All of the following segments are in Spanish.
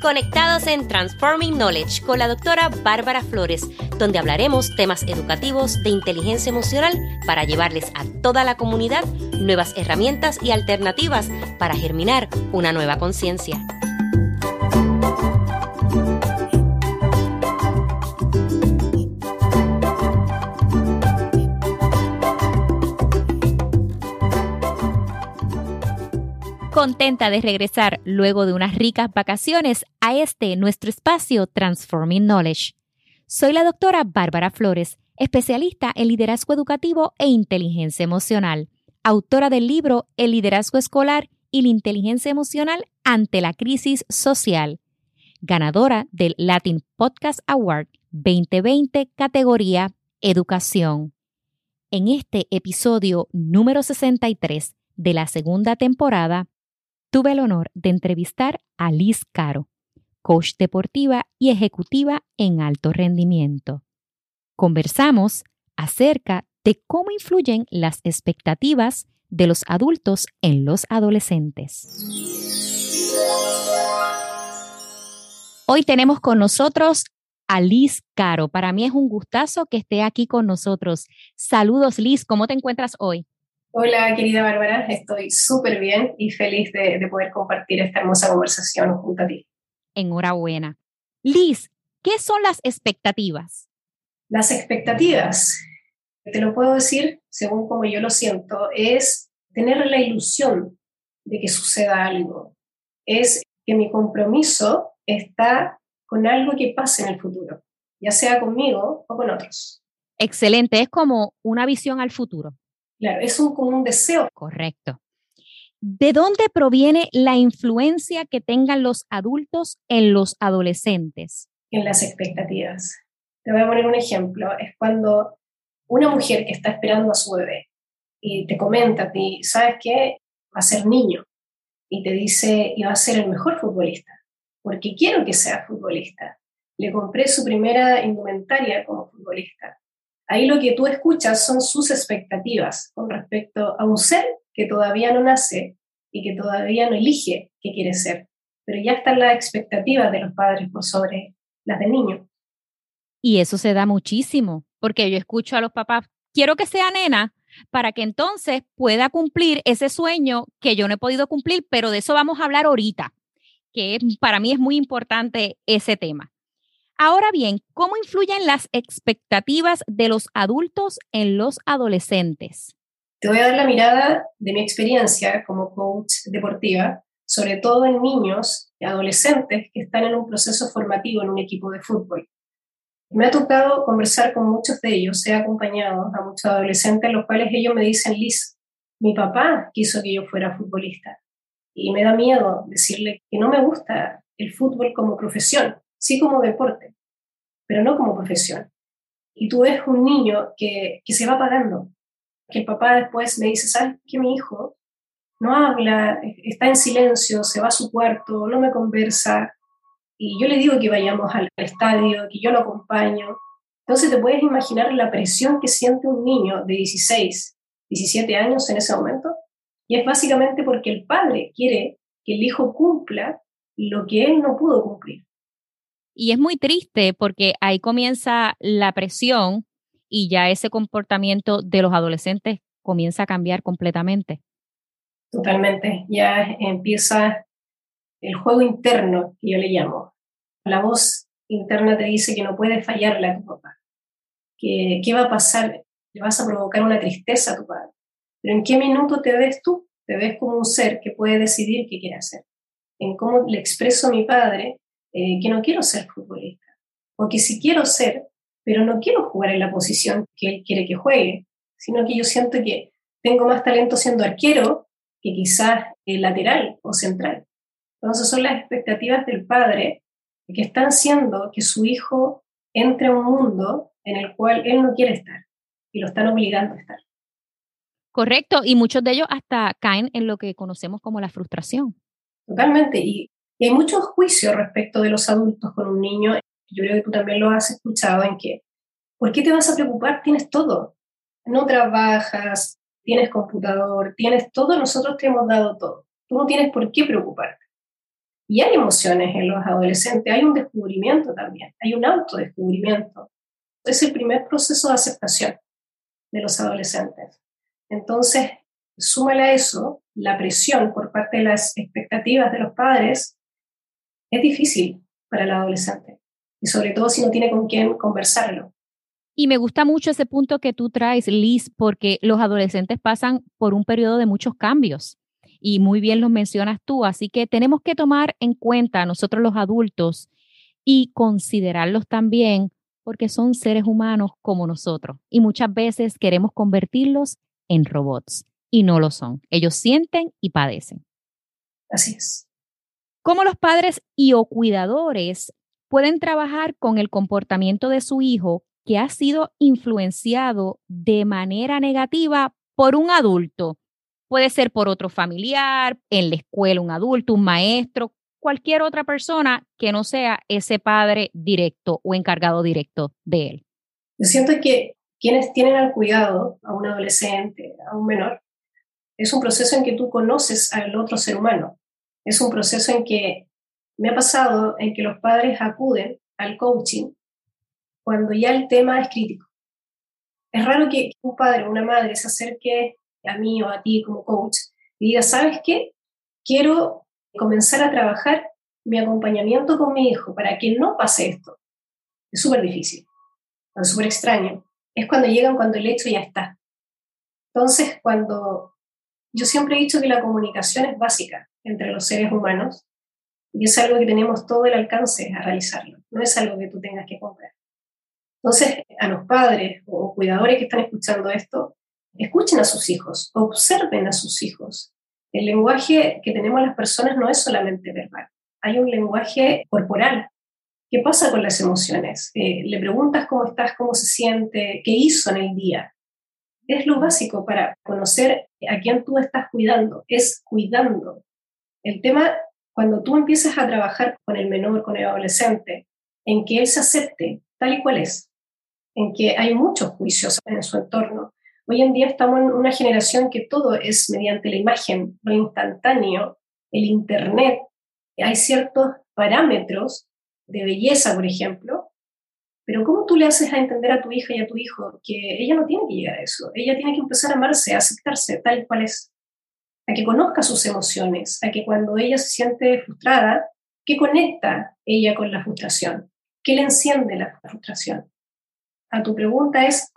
Conectados en Transforming Knowledge con la doctora Bárbara Flores, donde hablaremos temas educativos de inteligencia emocional para llevarles a toda la comunidad nuevas herramientas y alternativas para germinar una nueva conciencia. Contenta de regresar luego de unas ricas vacaciones a nuestro espacio Transforming Knowledge. Soy la doctora Bárbara Flores, especialista en liderazgo educativo e inteligencia emocional, autora del libro El liderazgo escolar y la inteligencia emocional ante la crisis social, ganadora del Latin Podcast Award 2020 categoría Educación. En este episodio número 63 de la segunda temporada, tuve el honor de entrevistar a Liz Caro, coach deportiva y ejecutiva en alto rendimiento. Conversamos acerca de cómo influyen las expectativas de los adultos en los adolescentes. Hoy tenemos con nosotros a Liz Caro. Para mí es un gustazo que esté aquí con nosotros. Saludos, Liz. ¿Cómo te encuentras hoy? Hola, querida Bárbara, estoy súper bien y feliz de poder compartir esta hermosa conversación junto a ti. Enhorabuena. Liz, ¿qué son las expectativas? Las expectativas, te lo puedo decir según como yo lo siento, es tener la ilusión de que suceda algo. Es que mi compromiso está con algo que pase en el futuro, ya sea conmigo o con otros. Excelente, es como una visión al futuro. Claro, es como un deseo. Correcto. ¿De dónde proviene la influencia que tengan los adultos en los adolescentes? En las expectativas. Te voy a poner un ejemplo. Es cuando una mujer que está esperando a su bebé y te comenta a ti, ¿sabes qué? Va a ser niño. Y te dice, y va a ser el mejor futbolista, porque quiero que sea futbolista. Le compré su primera indumentaria como futbolista. Ahí lo que tú escuchas son sus expectativas con respecto a un ser que todavía no nace y que todavía no elige qué quiere ser. Pero ya están las expectativas de los padres por sobre las del niño. Y eso se da muchísimo, porque yo escucho a los papás, quiero que sea nena para que entonces pueda cumplir ese sueño que yo no he podido cumplir, pero de eso vamos a hablar ahorita, que para mí es muy importante ese tema. Ahora bien, ¿cómo influyen las expectativas de los adultos en los adolescentes? Te voy a dar la mirada de mi experiencia como coach deportiva, sobre todo en niños y adolescentes que están en un proceso formativo en un equipo de fútbol. Me ha tocado conversar con muchos de ellos, he acompañado a muchos adolescentes, los cuales ellos me dicen, Liz, mi papá quiso que yo fuera futbolista y me da miedo decirle que no me gusta el fútbol como profesión, sí como deporte, pero no como profesión. Y tú ves un niño que se va apagando, que el papá después me dice, ¿sabes qué? Mi hijo no habla, está en silencio, se va a su cuarto, no me conversa, y yo le digo que vayamos al estadio, que yo lo acompaño. Entonces te puedes imaginar la presión que siente un niño de 16, 17 años en ese momento, y es básicamente porque el padre quiere que el hijo cumpla lo que él no pudo cumplir. Y es muy triste porque ahí comienza la presión y ya ese comportamiento de los adolescentes comienza a cambiar completamente. Totalmente, ya empieza el juego interno, que yo le llamo. La voz interna te dice que no puedes fallarle a tu papá, que qué va a pasar, le vas a provocar una tristeza a tu padre. Pero ¿en qué minuto te ves tú? Te ves como un ser que puede decidir qué quiere hacer. En cómo le expreso a mi padre que no quiero ser futbolista, o que sí quiero ser, pero no quiero jugar en la posición que él quiere que juegue, sino que yo siento que tengo más talento siendo arquero que quizás lateral o central. Entonces son las expectativas del padre que están haciendo que su hijo entre a un mundo en el cual él no quiere estar y lo están obligando a estar. Correcto, y muchos de ellos hasta caen en lo que conocemos como la frustración. Totalmente, y hay muchos juicios respecto de los adultos con un niño. Yo creo que tú también lo has escuchado, en que, ¿por qué te vas a preocupar? Tienes todo. No trabajas, tienes computador, tienes todo, nosotros te hemos dado todo. Tú no tienes por qué preocuparte. Y hay emociones en los adolescentes, hay un descubrimiento también, hay un autodescubrimiento. Es el primer proceso de aceptación de los adolescentes. Entonces, súmale a eso la presión por parte de las expectativas de los padres, es difícil para el adolescente, y sobre todo si no tiene con quién conversarlo. Y me gusta mucho ese punto que tú traes, Liz, porque los adolescentes pasan por un periodo de muchos cambios y muy bien los mencionas tú, así que tenemos que tomar en cuenta nosotros los adultos y considerarlos también porque son seres humanos como nosotros y muchas veces queremos convertirlos en robots y no lo son. Ellos sienten y padecen. Así es. ¿Cómo los padres y o cuidadores pueden trabajar con el comportamiento de su hijo que ha sido influenciado de manera negativa por un adulto? Puede ser por otro familiar, en la escuela un adulto, un maestro, cualquier otra persona que no sea ese padre directo o encargado directo de él. Yo siento que quienes tienen al cuidado a un adolescente, a un menor, es un proceso en que tú conoces al otro ser humano. Es un proceso en que me ha pasado en que los padres acuden al coaching cuando ya el tema es crítico. Es raro que un padre o una madre se acerque a mí o a ti como coach y diga, ¿sabes qué? Quiero comenzar a trabajar mi acompañamiento con mi hijo para que no pase esto. Es súper difícil, es súper extraño. Es cuando llegan, cuando el hecho ya está. Entonces, yo siempre he dicho que la comunicación es básica entre los seres humanos y es algo que tenemos todo el alcance a realizarlo, no es algo que tú tengas que comprar. Entonces, a los padres o cuidadores que están escuchando esto, escuchen a sus hijos, observen a sus hijos. El lenguaje que tenemos las personas no es solamente verbal, hay un lenguaje corporal. ¿Qué pasa con las emociones? Le preguntas cómo estás, cómo se siente, qué hizo en el día. Es lo básico para conocer a quién tú estás cuidando, es cuidando. El tema, cuando tú empiezas a trabajar con el menor, con el adolescente, en que él se acepte tal y cual es, en que hay muchos juicios en su entorno. Hoy en día estamos en una generación que todo es mediante la imagen, lo instantáneo, el internet. Hay ciertos parámetros de belleza, por ejemplo, pero ¿cómo tú le haces a entender a tu hija y a tu hijo que ella no tiene que llegar a eso? Ella tiene que empezar a amarse, a aceptarse tal cual es, a que conozca sus emociones, a que cuando ella se siente frustrada, ¿qué conecta ella con la frustración? ¿Qué le enciende la frustración? A tu pregunta es,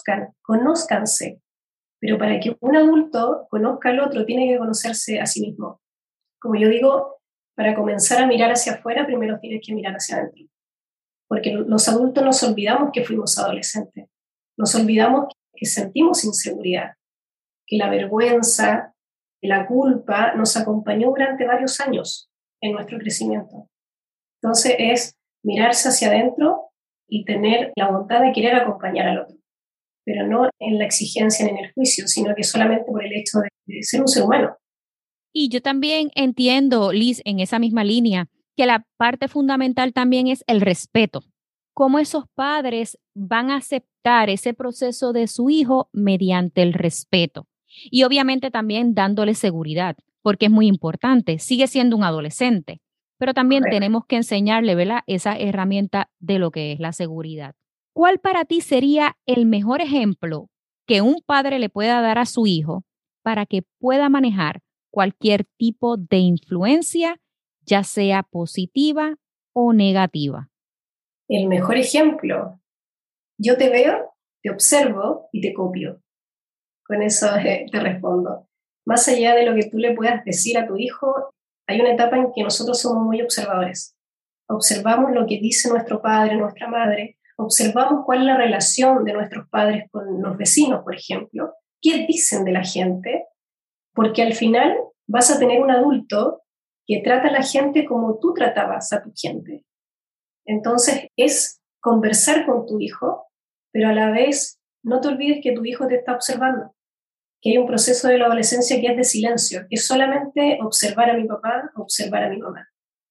conózcanse, pero para que un adulto conozca al otro, tiene que conocerse a sí mismo. Como yo digo, para comenzar a mirar hacia afuera, primero tienes que mirar hacia adentro. Porque los adultos nos olvidamos que fuimos adolescentes, nos olvidamos que sentimos inseguridad, que la vergüenza, que la culpa nos acompañó durante varios años en nuestro crecimiento. Entonces es mirarse hacia adentro y tener la voluntad de querer acompañar al otro, pero no en la exigencia ni en el juicio, sino que solamente por el hecho de ser un ser humano. Y yo también entiendo, Liz, en esa misma línea, que la parte fundamental también es el respeto. Cómo esos padres van a aceptar ese proceso de su hijo mediante el respeto. Y obviamente también dándole seguridad, porque es muy importante. Sigue siendo un adolescente, pero también Correcto. tenemos que enseñarle, ¿verdad?, esa herramienta de lo que es la seguridad. ¿Cuál para ti sería el mejor ejemplo que un padre le pueda dar a su hijo para que pueda manejar cualquier tipo de influencia, ya sea positiva o negativa? El mejor ejemplo, yo te veo, te observo y te copio. Con eso te respondo. Más allá de lo que tú le puedas decir a tu hijo, hay una etapa en que nosotros somos muy observadores. Observamos lo que dice nuestro padre, nuestra madre, observamos cuál es la relación de nuestros padres con los vecinos, por ejemplo, qué dicen de la gente, porque al final vas a tener un adulto que trata a la gente como tú tratabas a tu gente. Entonces es conversar con tu hijo, pero a la vez no te olvides que tu hijo te está observando, que hay un proceso de la adolescencia que es de silencio, que es solamente observar a mi papá, observar a mi mamá.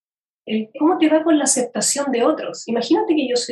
¿Cómo te va con la aceptación de otros? Imagínate que yo soy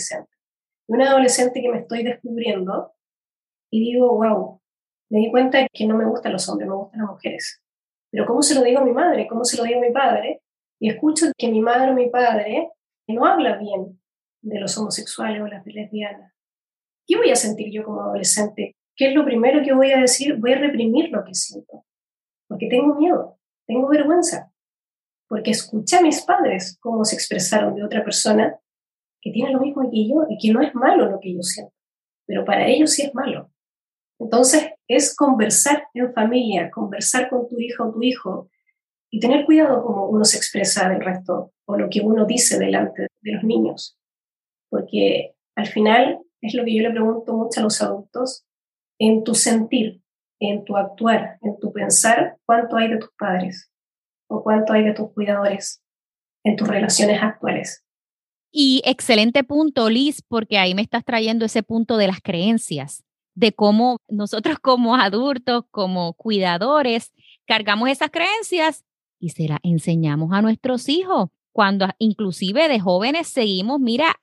un adolescente que me estoy descubriendo y digo, wow, me di cuenta de que no me gustan los hombres, me gustan las mujeres. Pero ¿cómo se lo digo a mi madre? ¿Cómo se lo digo a mi padre? y escucho que mi madre o mi padre no habla bien de los homosexuales o las lesbianas, ¿qué voy a sentir yo como adolescente? ¿Qué es lo primero que voy a decir? Voy a reprimir lo que siento, porque tengo miedo, tengo vergüenza, porque escuché a mis padres cómo se expresaron de otra persona que tiene lo mismo que yo y que no es malo lo que yo siento, pero para ellos sí es malo. Entonces es conversar en familia, conversar con tu hija o tu hijo y tener cuidado cómo uno se expresa del resto o lo que uno dice delante de los niños, porque al final es lo que yo le pregunto mucho a los adultos, en tu sentir, en tu actuar, en tu pensar, ¿cuánto hay de tus padres? ¿O cuánto hay de tus cuidadores en tus relaciones actuales? Y excelente punto, Liz, porque ahí me estás trayendo ese punto de las creencias, de cómo nosotros como adultos, como cuidadores, cargamos esas creencias y se las enseñamos a nuestros hijos. Cuando inclusive de jóvenes seguimos, mira,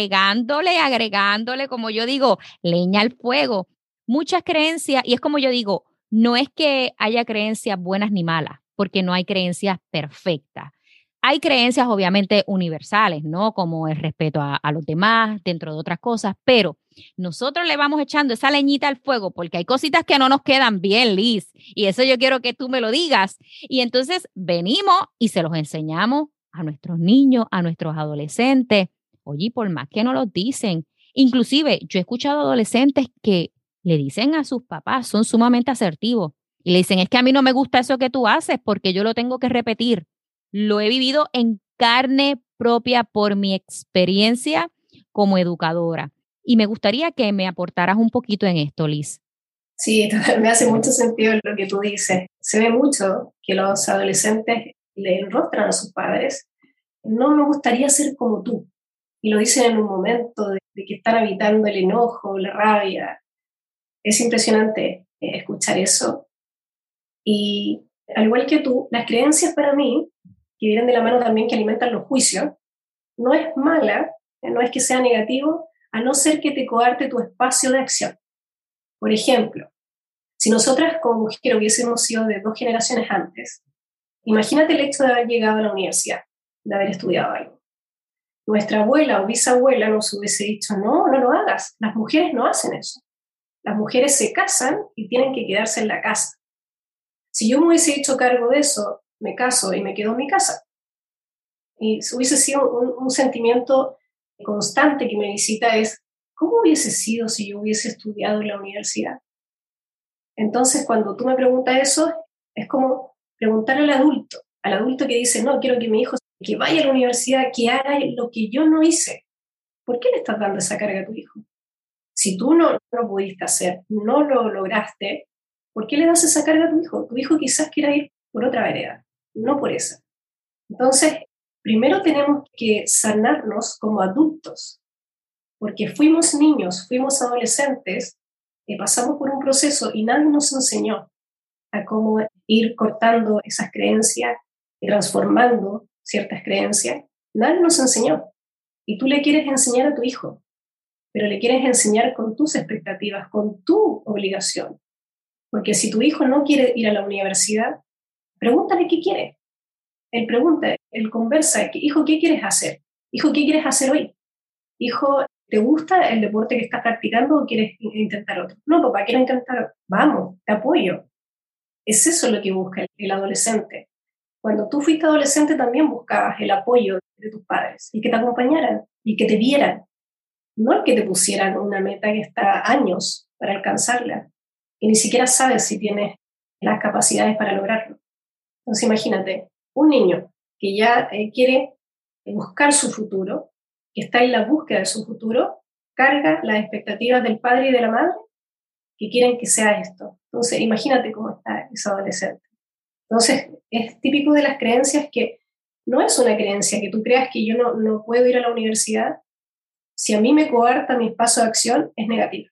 agregándole, como yo digo, leña al fuego. Muchas creencias, y es como yo digo, no es que haya creencias buenas ni malas, porque no hay creencias perfectas. Hay creencias obviamente universales, ¿no? Como el respeto a los demás, dentro de otras cosas, pero nosotros le vamos echando esa leñita al fuego porque hay cositas que no nos quedan bien, Liz, y eso yo quiero que tú me lo digas. Y entonces venimos y se los enseñamos a nuestros niños, a nuestros adolescentes. Oye, por más que no los dicen, inclusive yo he escuchado adolescentes que le dicen a sus papás, son sumamente asertivos, y le dicen, es que a mí no me gusta eso que tú haces porque yo lo tengo que repetir. Lo he vivido en carne propia por mi experiencia como educadora. Y me gustaría que me aportaras un poquito en esto, Liz. Sí, me hace mucho sentido lo que tú dices. Se ve mucho que los adolescentes le enrostran a sus padres. No me gustaría ser como tú. Y lo dicen en un momento de que están habitando el enojo, la rabia. Es impresionante escuchar eso. Y al igual que tú, las creencias para mí, que vienen de la mano también que alimentan los juicios, no es mala, no es que sea negativo, a no ser que te coarte tu espacio de acción. Por ejemplo, si nosotras como mujer hubiésemos sido de 2 generaciones antes, imagínate el hecho de haber llegado a la universidad, de haber estudiado algo. Nuestra abuela o bisabuela nos hubiese dicho, no, no lo hagas, las mujeres no hacen eso. Las mujeres se casan y tienen que quedarse en la casa. Si yo me hubiese hecho cargo de eso, me caso y me quedo en mi casa. Y hubiese sido un sentimiento constante que me visita es, ¿cómo hubiese sido si yo hubiese estudiado en la universidad? Entonces, cuando tú me preguntas eso, es como preguntar al adulto que dice, no, quiero que mi hijo que vaya a la universidad, que haga lo que yo no hice. ¿Por qué le estás dando esa carga a tu hijo? Si tú no lo pudiste hacer, no lo lograste, ¿por qué le das esa carga a tu hijo? Tu hijo quizás quiera ir por otra vereda, no por esa. Entonces, primero tenemos que sanarnos como adultos, porque fuimos niños, fuimos adolescentes, pasamos por un proceso y nadie nos enseñó a cómo ir cortando esas creencias y transformando ciertas creencias. Nadie nos enseñó. Y tú le quieres enseñar a tu hijo, pero le quieres enseñar con tus expectativas, con tu obligación. Porque si tu hijo no quiere ir a la universidad, pregúntale qué quiere. Él pregunta, él conversa, hijo, ¿qué quieres hacer? Hijo, ¿qué quieres hacer hoy? Hijo, ¿te gusta el deporte que estás practicando o quieres intentar otro? No, papá, quiero intentar otro. Vamos, te apoyo. Es eso lo que busca el adolescente. Cuando tú fuiste adolescente también buscabas el apoyo de tus padres y que te acompañaran y que te vieran. No el que te pusieran una meta que está a años para alcanzarla y ni siquiera sabes si tienes las capacidades para lograrlo. Entonces imagínate, un niño que ya quiere buscar su futuro, que está en la búsqueda de su futuro, carga las expectativas del padre y de la madre que quieren que sea esto. Entonces imagínate cómo está ese adolescente. Entonces es típico de las creencias que no es una creencia que tú creas que yo no puedo ir a la universidad. Si a mí me coarta mi espacio de acción, es negativo.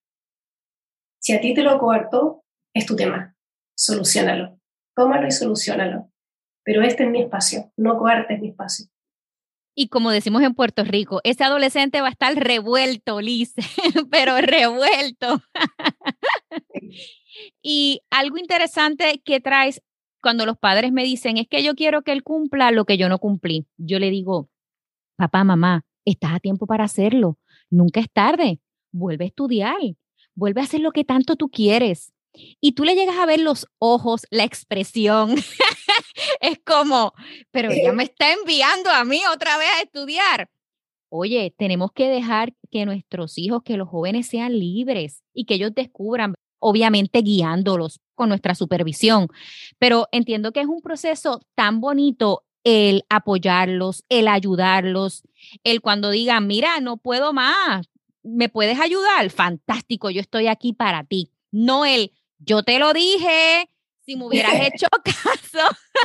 Si a ti te lo coartó, es tu tema. Soluciónalo. Tómalo y soluciónalo. Pero este es mi espacio, no coartes mi espacio. Y como decimos en Puerto Rico, ese adolescente va a estar revuelto, Liz, pero revuelto. Y algo interesante que traes cuando los padres me dicen, es que yo quiero que él cumpla lo que yo no cumplí. Yo le digo, papá, mamá, estás a tiempo para hacerlo. Nunca es tarde. Vuelve a estudiar. Vuelve a hacer lo que tanto tú quieres. Y tú le llegas a ver los ojos, la expresión. Es como, pero ella me está enviando a mí otra vez a estudiar. Oye, tenemos que dejar que nuestros hijos, que los jóvenes sean libres y que ellos descubran, obviamente guiándolos con nuestra supervisión. Pero entiendo que es un proceso tan bonito el apoyarlos, el ayudarlos, el cuando digan, mira, no puedo más, ¿me puedes ayudar? Fantástico, yo estoy aquí para ti. No el, yo te lo dije, si me hubieras hecho caso,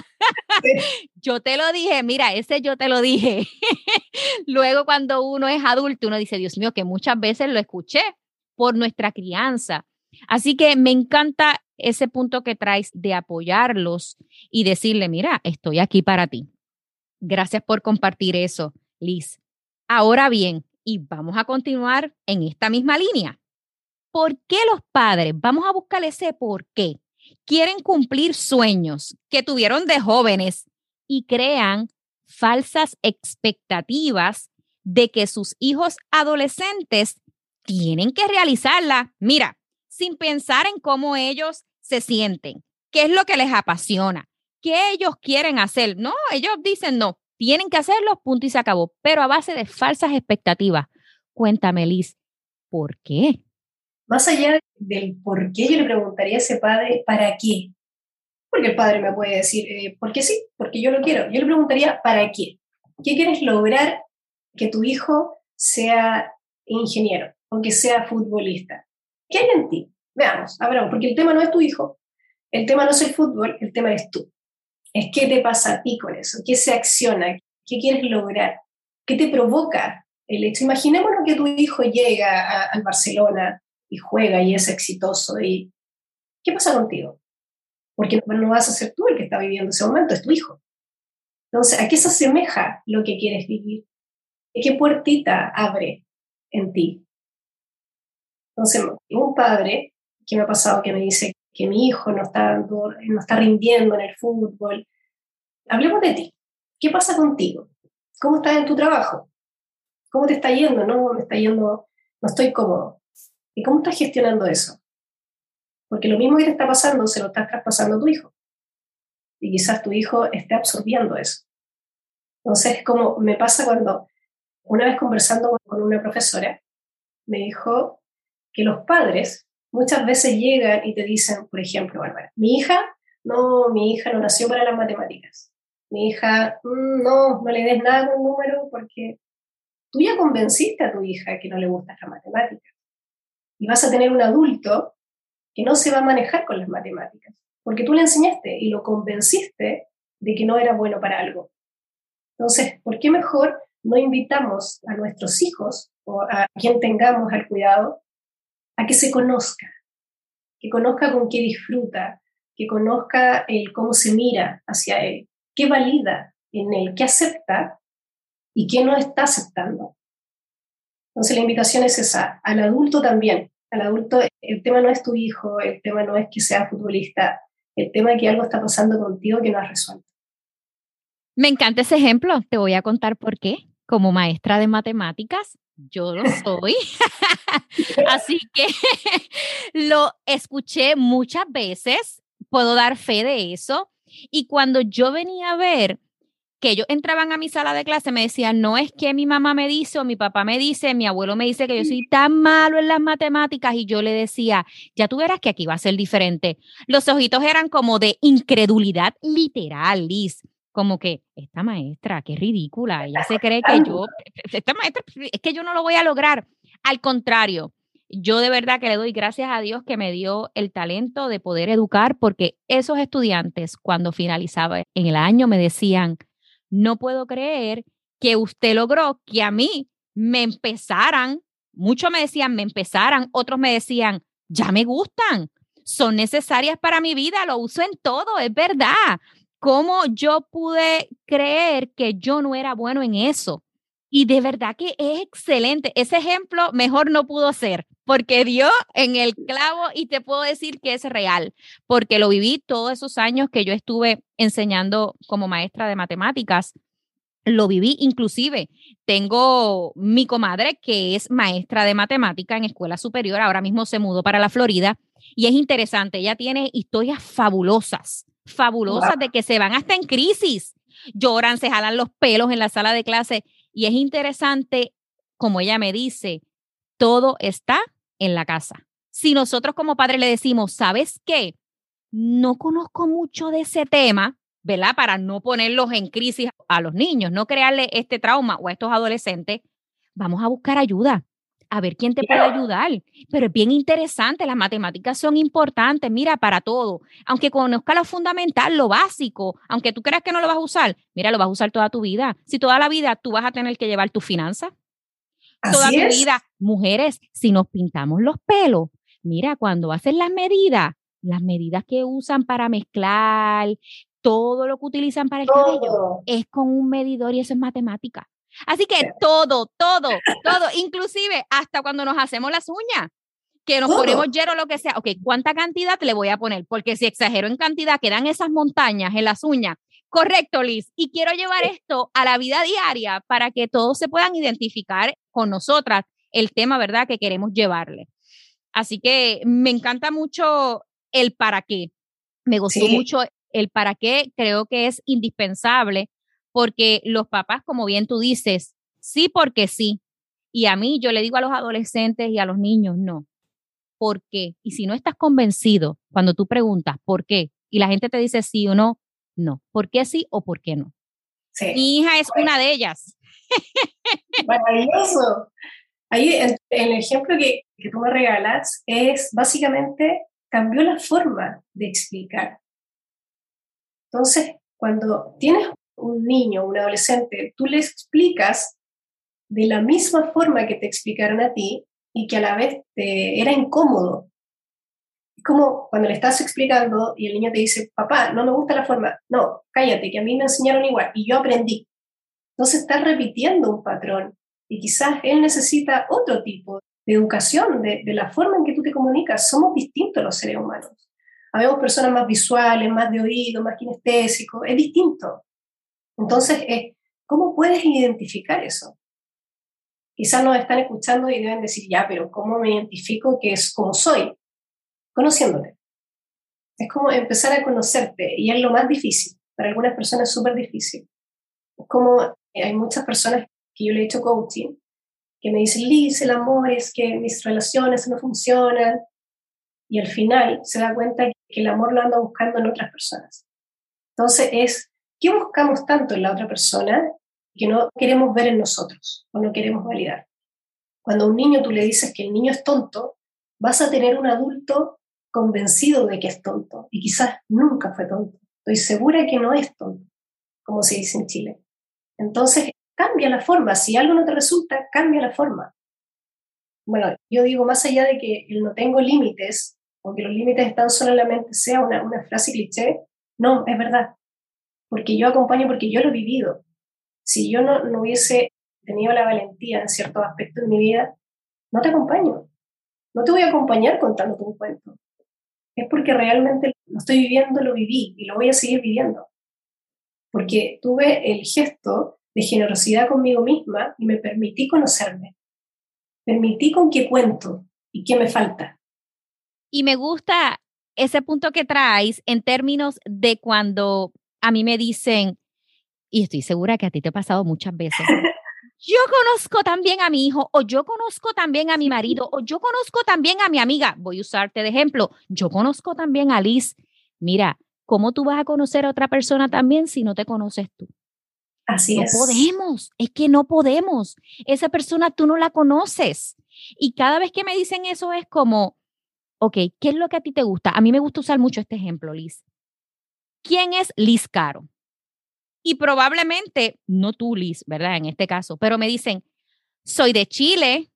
yo te lo dije, mira, ese yo te lo dije. Luego cuando uno es adulto, uno dice, Dios mío, que muchas veces lo escuché por nuestra crianza. Así que me encanta ese punto que traes de apoyarlos y decirle, mira, estoy aquí para ti. Gracias por compartir eso, Liz. Ahora bien, y vamos a continuar en esta misma línea. ¿Por qué los padres, vamos a buscar ese por qué, quieren cumplir sueños que tuvieron de jóvenes y crean falsas expectativas de que sus hijos adolescentes tienen que realizarla? Mira, sin pensar en cómo ellos se sienten, qué es lo que les apasiona, qué ellos quieren hacer. No, ellos dicen no, tienen que hacerlo, punto y se acabó, pero a base de falsas expectativas. Cuéntame, Liz, ¿por qué? Más allá del por qué, yo le preguntaría a ese padre, ¿para qué? Porque el padre me puede decir, porque sí, porque yo lo quiero. Yo le preguntaría, ¿para qué? ¿Qué quieres lograr que tu hijo sea ingeniero o que sea futbolista? ¿Qué hay en ti? Veamos, abramos, porque el tema no es tu hijo, el tema no es el fútbol, el tema eres tú. Es qué te pasa a ti con eso, qué se acciona, qué quieres lograr, qué te provoca el hecho. Imaginémonos que tu hijo llega al Barcelona y juega y es exitoso. ¿Y qué pasa contigo? Porque no vas a ser tú el que está viviendo ese momento, es tu hijo. Entonces, ¿a qué se asemeja lo que quieres vivir? ¿Qué puertita abre en ti? Entonces, un padre que me ha pasado que me dice que mi hijo no está rindiendo en el fútbol. Hablemos de ti. ¿Qué pasa contigo? ¿Cómo estás en tu trabajo? ¿Cómo te está yendo? No, me está yendo, no estoy cómodo. ¿Y cómo estás gestionando eso? Porque lo mismo que te está pasando se lo estás traspasando a tu hijo. Y quizás tu hijo esté absorbiendo eso. Entonces, como me pasa cuando una vez conversando con una profesora, me dijo que los padres muchas veces llegan y te dicen, por ejemplo, Bárbara, mi hija no nació para las matemáticas. Mi hija, no le des nada con número porque tú ya convenciste a tu hija que no le gustan las matemáticas. Y vas a tener un adulto que no se va a manejar con las matemáticas, porque tú le enseñaste y lo convenciste de que no era bueno para algo. Entonces, ¿por qué mejor no invitamos a nuestros hijos o a quien tengamos al cuidado a que se conozca, que conozca con qué disfruta, que conozca cómo se mira hacia él, qué valida en él, qué acepta y qué no está aceptando? Entonces la invitación es esa, al adulto también. Al adulto, el tema no es tu hijo, el tema no es que sea futbolista, el tema es que algo está pasando contigo que no has resuelto. Me encanta ese ejemplo. Te voy a contar por qué. Como maestra de matemáticas, yo lo soy. Así que lo escuché muchas veces, puedo dar fe de eso. Y cuando yo venía a ver que ellos entraban a mi sala de clase, me decían, no es que mi mamá me dice o mi papá me dice, mi abuelo me dice que yo soy tan malo en las matemáticas, y yo le decía, ya tú verás que aquí va a ser diferente. Los ojitos eran como de incredulidad literal, Liz, como que esta maestra, qué ridícula, ella se cree que esta maestra, es que yo no lo voy a lograr. Al contrario, yo de verdad que le doy gracias a Dios que me dio el talento de poder educar, porque esos estudiantes cuando finalizaba en el año me decían, no puedo creer que usted logró que a mí me empezaran, muchos me decían me empezaran, otros me decían ya me gustan, son necesarias para mi vida, lo uso en todo, es verdad. ¿Cómo yo pude creer que yo no era bueno en eso? Y de verdad que es excelente. Ese ejemplo mejor no pudo ser, porque dio en el clavo y te puedo decir que es real, porque lo viví todos esos años que yo estuve enseñando como maestra de matemáticas. Lo viví, inclusive tengo mi comadre que es maestra de matemática en escuela superior, ahora mismo se mudó para la Florida y es interesante, ella tiene historias fabulosas, fabulosas Wow. de que se van hasta en crisis, lloran, se jalan los pelos en la sala de clase y es interesante, como ella me dice, todo está en la casa. Si nosotros como padres le decimos, ¿sabes qué? No conozco mucho de ese tema, ¿verdad? Para no ponerlos en crisis a los niños, no crearle este trauma o a estos adolescentes, vamos a buscar ayuda, a ver quién te puede ayudar. Pero es bien interesante, las matemáticas son importantes, mira, para todo. Aunque conozca lo fundamental, lo básico, aunque tú creas que no lo vas a usar, mira, lo vas a usar toda tu vida. Si toda la vida tú vas a tener que llevar tus finanzas, toda Así tu es. vida, mujeres, si nos pintamos los pelos, mira, cuando hacen las medidas que usan para mezclar, todo lo que utilizan para el cabello, Todo. es con un medidor y eso es matemática. Así Sí. que todo, inclusive hasta cuando nos hacemos las uñas, que nos ponemos Todo. hielo o lo que sea, ok, ¿cuánta cantidad le voy a poner? Porque si exagero en cantidad, quedan esas montañas en las uñas. Correcto, Liz. Y quiero llevar esto a la vida diaria para que todos se puedan identificar con nosotras el tema, ¿verdad?, que queremos llevarle. Así que me encanta mucho el para qué. Me gustó Sí. mucho el para qué, creo que es indispensable porque los papás, como bien tú dices, sí porque sí. Y a mí yo le digo a los adolescentes y a los niños, no. ¿Por qué? Y si no estás convencido, cuando tú preguntas ¿por qué? Y la gente te dice sí o no, no. ¿Por qué sí o por qué no? Sí. Mi hija es una de ellas. Maravilloso. Ahí el ejemplo que tú me regalas es básicamente cambió la forma de explicar. Entonces, cuando tienes un niño, un adolescente, tú le explicas de la misma forma que te explicaron a ti y que a la vez te era incómodo. Es como cuando le estás explicando y el niño te dice, papá, no me gusta la forma. No, cállate, que a mí me enseñaron igual y yo aprendí. Entonces estás repitiendo un patrón y quizás él necesita otro tipo de educación, de la forma en que tú te comunicas. Somos distintos los seres humanos. Habemos personas más visuales, más de oído, más kinestésicos, es distinto. Entonces, ¿cómo puedes identificar eso? Quizás nos están escuchando y deben decir, ya, pero ¿cómo me identifico que es como soy? Conociéndote. Es como empezar a conocerte y es lo más difícil. Para algunas personas es súper difícil. Es como hay muchas personas que yo le he hecho coaching que me dicen, Liz, el amor es que mis relaciones no funcionan y al final se da cuenta que el amor lo anda buscando en otras personas. Entonces ¿qué buscamos tanto en la otra persona que no queremos ver en nosotros o no queremos validar? Cuando a un niño tú le dices que el niño es tonto, vas a tener un adulto convencido de que es tonto y quizás nunca fue tonto. Estoy segura que no es tonto, como se dice en Chile. Entonces, cambia la forma. Si algo no te resulta, cambia la forma. Bueno, yo digo, más allá de que el no tengo límites, o que los límites están solo en la mente, sea una frase cliché, no, es verdad. Porque yo acompaño porque yo lo he vivido. Si yo no hubiese tenido la valentía en ciertos aspectos de mi vida, no te acompaño. No te voy a acompañar contándote un cuento. Es porque realmente lo estoy viviendo, lo viví y lo voy a seguir viviendo. Porque tuve el gesto de generosidad conmigo misma y me permití conocerme. Permití con qué cuento y qué me falta. Y me gusta ese punto que traes en términos de cuando a mí me dicen, y estoy segura que a ti te ha pasado muchas veces, yo conozco también a mi hijo, o yo conozco también a mi marido, o yo conozco también a mi amiga. Voy a usarte de ejemplo. Yo conozco también a Liz. Mira, ¿cómo tú vas a conocer a otra persona también si no te conoces tú? Así No es. podemos, es que no podemos. Esa persona tú no la conoces. Y cada vez que me dicen eso es como, ok, ¿qué es lo que a ti te gusta? A mí me gusta usar mucho este ejemplo, Liz. ¿Quién es Liz Caro? Y probablemente, no tú, Liz, ¿verdad? En este caso, pero me dicen, soy de Chile,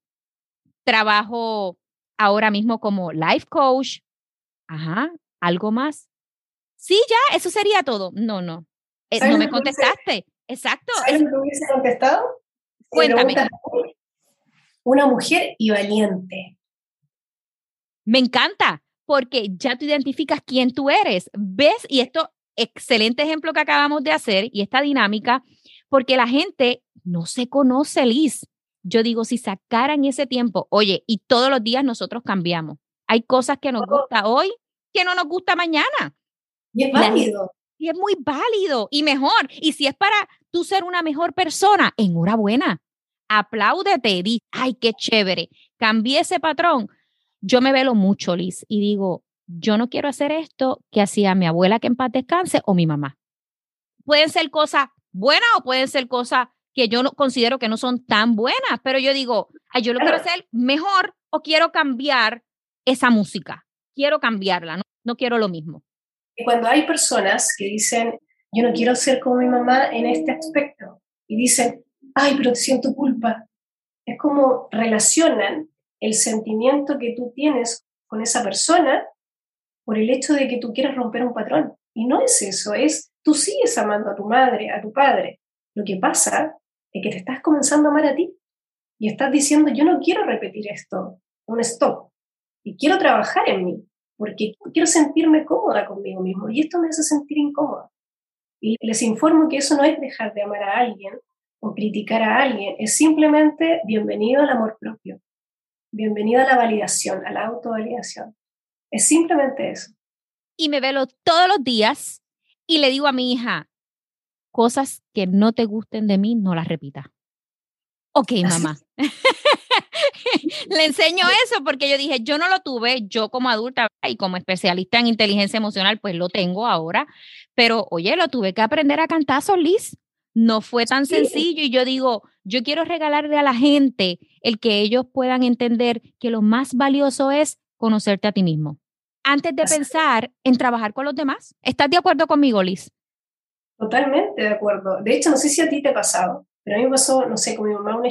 trabajo ahora mismo como life coach. Ajá, ¿algo más? Sí, ya, eso sería todo. No, no, no ¿Sabes me lo que hubiese, contestaste. Exacto, ¿sabes es lo que hubiese contestado? Cuéntame. Una mujer y valiente. Me encanta, porque ya tú identificas quién tú eres. ¿Ves? Y esto, excelente ejemplo que acabamos de hacer y esta dinámica, porque la gente no se conoce, Liz. Yo digo, si sacaran ese tiempo, oye, y todos los días nosotros cambiamos. Hay cosas que nos gusta hoy que no nos gusta mañana. Y es válido. Y es muy válido y mejor. Y si es para tú ser una mejor persona, enhorabuena. Apláudete, di, ay, qué chévere. Cambié ese patrón. Yo me velo mucho, Liz, y digo, yo no quiero hacer esto que hacía mi abuela, que en paz descanse, o mi mamá. Pueden ser cosas buenas o pueden ser cosas que yo no considero que no son tan buenas, pero yo digo, ay, yo lo quiero hacer mejor o quiero cambiar esa música. Quiero cambiarla, no quiero lo mismo. Y cuando hay personas que dicen, yo no quiero ser como mi mamá en este aspecto, y dicen, ay, pero siento culpa, es como relacionan el sentimiento que tú tienes con esa persona por el hecho de que tú quieres romper un patrón. Y no es eso, es tú sigues amando a tu madre, a tu padre. Lo que pasa es que te estás comenzando a amar a ti y estás diciendo, yo no quiero repetir esto, un stop, y quiero trabajar en mí, porque quiero sentirme cómoda conmigo mismo y esto me hace sentir incómoda. Y les informo que eso no es dejar de amar a alguien o criticar a alguien, es simplemente bienvenido al amor propio, bienvenido a la validación, a la autovalidación. Es simplemente eso. Y me velo todos los días y le digo a mi hija, cosas que no te gusten de mí, no las repitas. Ok, mamá. Le enseño eso porque yo dije, yo no lo tuve, yo como adulta y como especialista en inteligencia emocional, pues lo tengo ahora, pero oye, lo tuve que aprender a cantazos, Liz. No fue tan sencillo y yo digo, yo quiero regalarle a la gente el que ellos puedan entender que lo más valioso es conocerte a ti mismo. Antes de pensar en trabajar con los demás. ¿Estás de acuerdo conmigo, Liz? Totalmente de acuerdo. De hecho, no sé si a ti te ha pasado, pero a mí me pasó, no sé, con mi mamá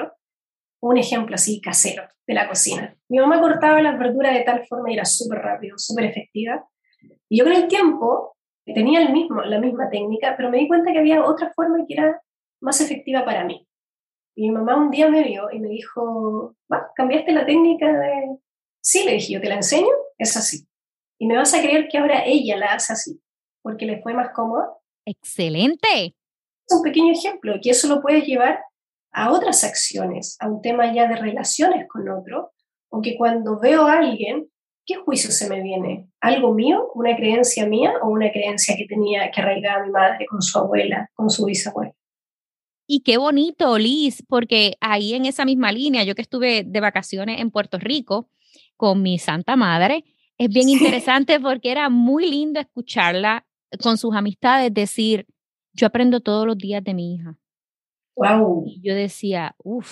un ejemplo así casero de la cocina. Mi mamá cortaba las verduras de tal forma y era súper rápido, súper efectiva. Y yo con el tiempo tenía la misma técnica, pero me di cuenta que había otra forma que era más efectiva para mí. Y mi mamá un día me vio y me dijo, ¿va? ¿Cambiaste la técnica de...? Sí, le dije, yo te la enseño, es así. Y me vas a creer que ahora ella la hace así, porque le fue más cómoda. Excelente. Es un pequeño ejemplo, que eso lo puedes llevar a otras acciones, a un tema ya de relaciones con otro, o que cuando veo a alguien, ¿qué juicio se me viene? ¿Algo mío? ¿Una creencia mía? ¿O una creencia que tenía que arraigar a mi madre con su abuela, con su bisabuela? Y qué bonito, Liz, porque ahí en esa misma línea, yo que estuve de vacaciones en Puerto Rico con mi Santa Madre, es bien interesante porque era muy lindo escucharla con sus amistades decir, yo aprendo todos los días de mi hija. Wow. Y yo decía,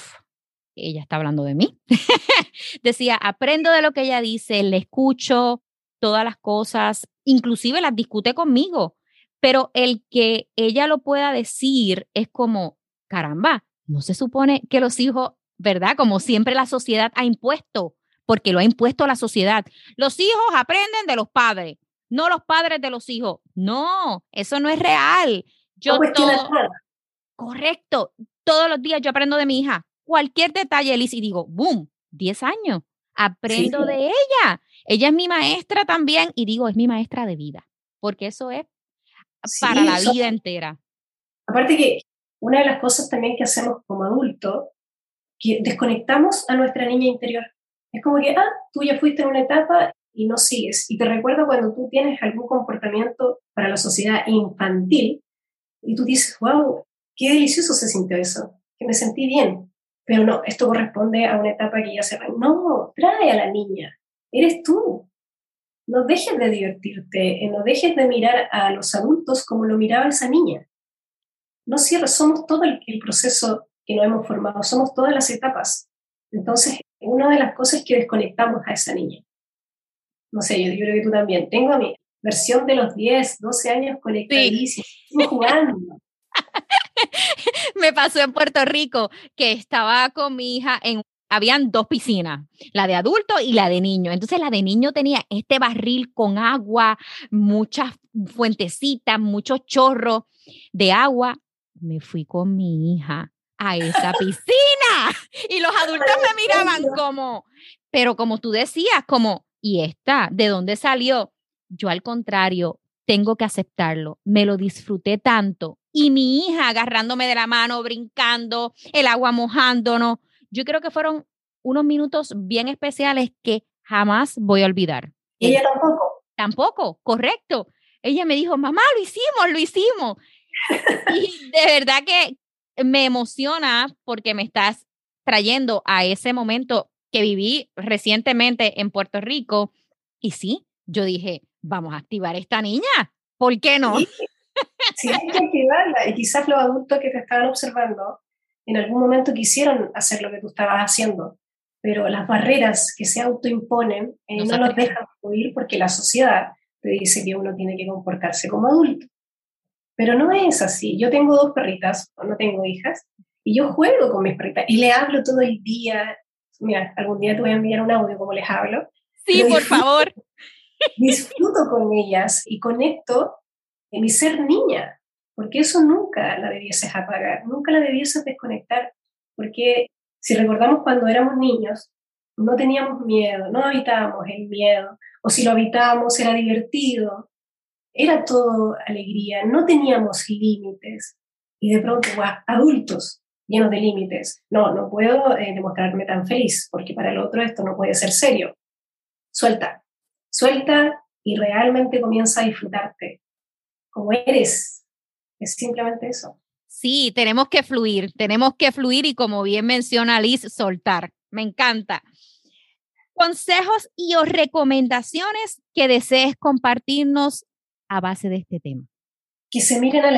ella está hablando de mí. Decía, aprendo de lo que ella dice, le escucho todas las cosas, inclusive las discute conmigo, pero el que ella lo pueda decir es como, caramba, no se supone que los hijos, ¿verdad? Como siempre la sociedad ha impuesto, porque lo ha impuesto la sociedad. Los hijos aprenden de los padres, no los padres de los hijos. No, eso no es real. No cuestionas nada. Correcto. Todos los días yo aprendo de mi hija. Cualquier detalle, Liz, y digo, boom, 10 años. Aprendo de ella. Ella es mi maestra también y digo, es mi maestra de vida, porque eso es para la vida entera. Aparte que una de las cosas también que hacemos como adultos, que desconectamos a nuestra niña interior. Es como que, tú ya fuiste en una etapa y no sigues. Y te recuerdo cuando tú tienes algún comportamiento para la sociedad infantil y tú dices, wow, qué delicioso se sintió eso, que me sentí bien. Pero no, esto corresponde a una etapa que ya se va. No, trae a la niña, eres tú. No dejes de divertirte, no dejes de mirar a los adultos como lo miraba esa niña. No cierres, somos todo el proceso que nos hemos formado, somos todas las etapas. Entonces, una de las cosas es que desconectamos a esa niña. No sé, yo creo que tú también. Tengo a mi versión de los 10, 12 años conectadísima, jugando. Me pasó en Puerto Rico que estaba con mi hija habían 2 piscinas, la de adulto y la de niño. Entonces la de niño tenía este barril con agua, muchas fuentecitas, muchos chorros de agua. Me fui con mi hija a esa piscina. Y los adultos me miraban como, pero como tú decías, como, ¿y esta? ¿De dónde salió? Yo al contrario, tengo que aceptarlo. Me lo disfruté tanto. Y mi hija agarrándome de la mano, brincando, el agua mojándonos. Yo creo que fueron unos minutos bien especiales que jamás voy a olvidar. ¿Y ella tampoco? Tampoco, correcto. Ella me dijo, mamá, lo hicimos. Y de verdad que me emociona porque me estás trayendo a ese momento que viví recientemente en Puerto Rico. Y sí, yo dije, vamos a activar a esta niña. ¿Por qué no? Sí, hay que activarla. Y quizás los adultos que te estaban observando en algún momento quisieron hacer lo que tú estabas haciendo, pero las barreras que se autoimponen no los dejan fluir porque la sociedad te dice que uno tiene que comportarse como adulto. Pero no es así. Yo tengo 2 perritas, no tengo hijas, y yo juego con mis perritas y le hablo todo el día. Mira, algún día te voy a enviar un audio como les hablo. Sí, por favor. Disfruto con ellas y conecto en mi ser niña, porque eso nunca la debieses apagar, nunca la debieses desconectar, porque si recordamos cuando éramos niños, no teníamos miedo, no habitábamos el miedo, o si lo habitábamos era divertido, era todo alegría, no teníamos límites, y de pronto, adultos llenos de límites, no puedo demostrarme tan feliz, porque para el otro esto no puede ser serio. Suelta y realmente comienza a disfrutarte como eres. Es simplemente eso. Sí, tenemos que fluir y como bien menciona Liz, soltar. Me encanta. Consejos y o recomendaciones que desees compartirnos a base de este tema. Que se miren al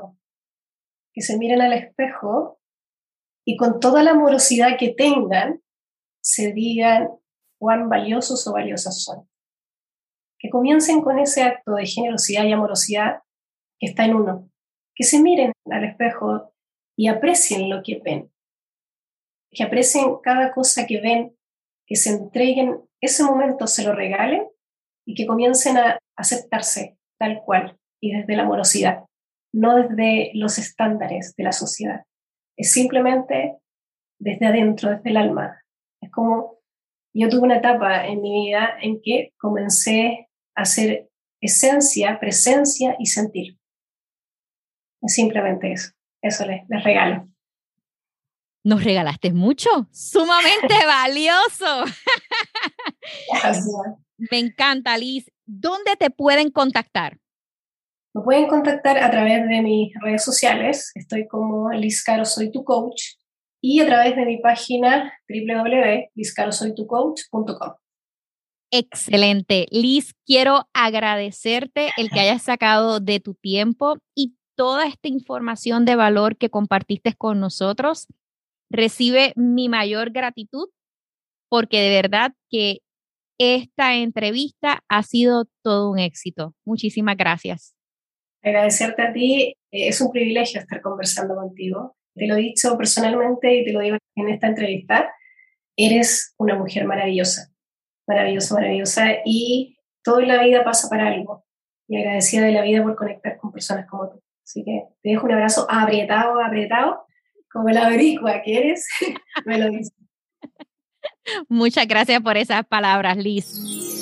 espejo y con toda la amorosidad que tengan, se digan cuán valiosos o valiosas son. Que comiencen con ese acto de generosidad y amorosidad que está en uno. Que se miren al espejo y aprecien lo que ven. Que aprecien cada cosa que ven, que se entreguen, ese momento se lo regalen y que comiencen a aceptarse tal cual y desde la amorosidad, no desde los estándares de la sociedad. Es simplemente desde adentro, desde el alma. Es como, yo tuve una etapa en mi vida en que comencé a hacer esencia, presencia y sentir. Es simplemente eso les regalo. Nos regalaste mucho, sumamente valioso. Gracias. Me encanta, Liz. ¿Dónde te pueden contactar? Me pueden contactar a través de mis redes sociales. Estoy como Liz Caro Soy Tu Coach y a través de mi página www.lizcarosoytucoach.com. Excelente. Liz, quiero agradecerte el que hayas sacado de tu tiempo y toda esta información de valor que compartiste con nosotros. Recibe mi mayor gratitud porque de verdad que esta entrevista ha sido todo un éxito. Muchísimas gracias. Agradecerte a ti. Es un privilegio estar conversando contigo. Te lo he dicho personalmente y te lo digo en esta entrevista. Eres una mujer maravillosa, maravillosa, maravillosa y toda la vida pasa para algo. Y agradecida de la vida por conectar con personas como tú. Así que te dejo un abrazo apretado, como la boricua que eres. Me lo dices. Muchas gracias por esas palabras, Liz.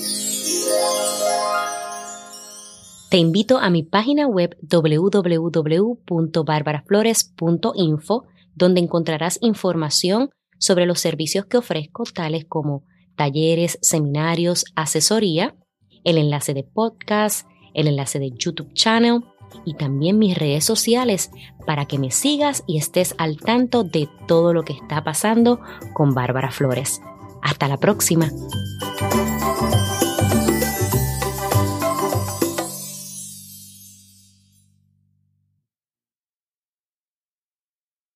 Te invito a mi página web www.barbaraflores.info, donde encontrarás información sobre los servicios que ofrezco, tales como talleres, seminarios, asesoría, el enlace de podcast, el enlace de YouTube channel y también mis redes sociales para que me sigas y estés al tanto de todo lo que está pasando con Bárbara Flores. Hasta la próxima.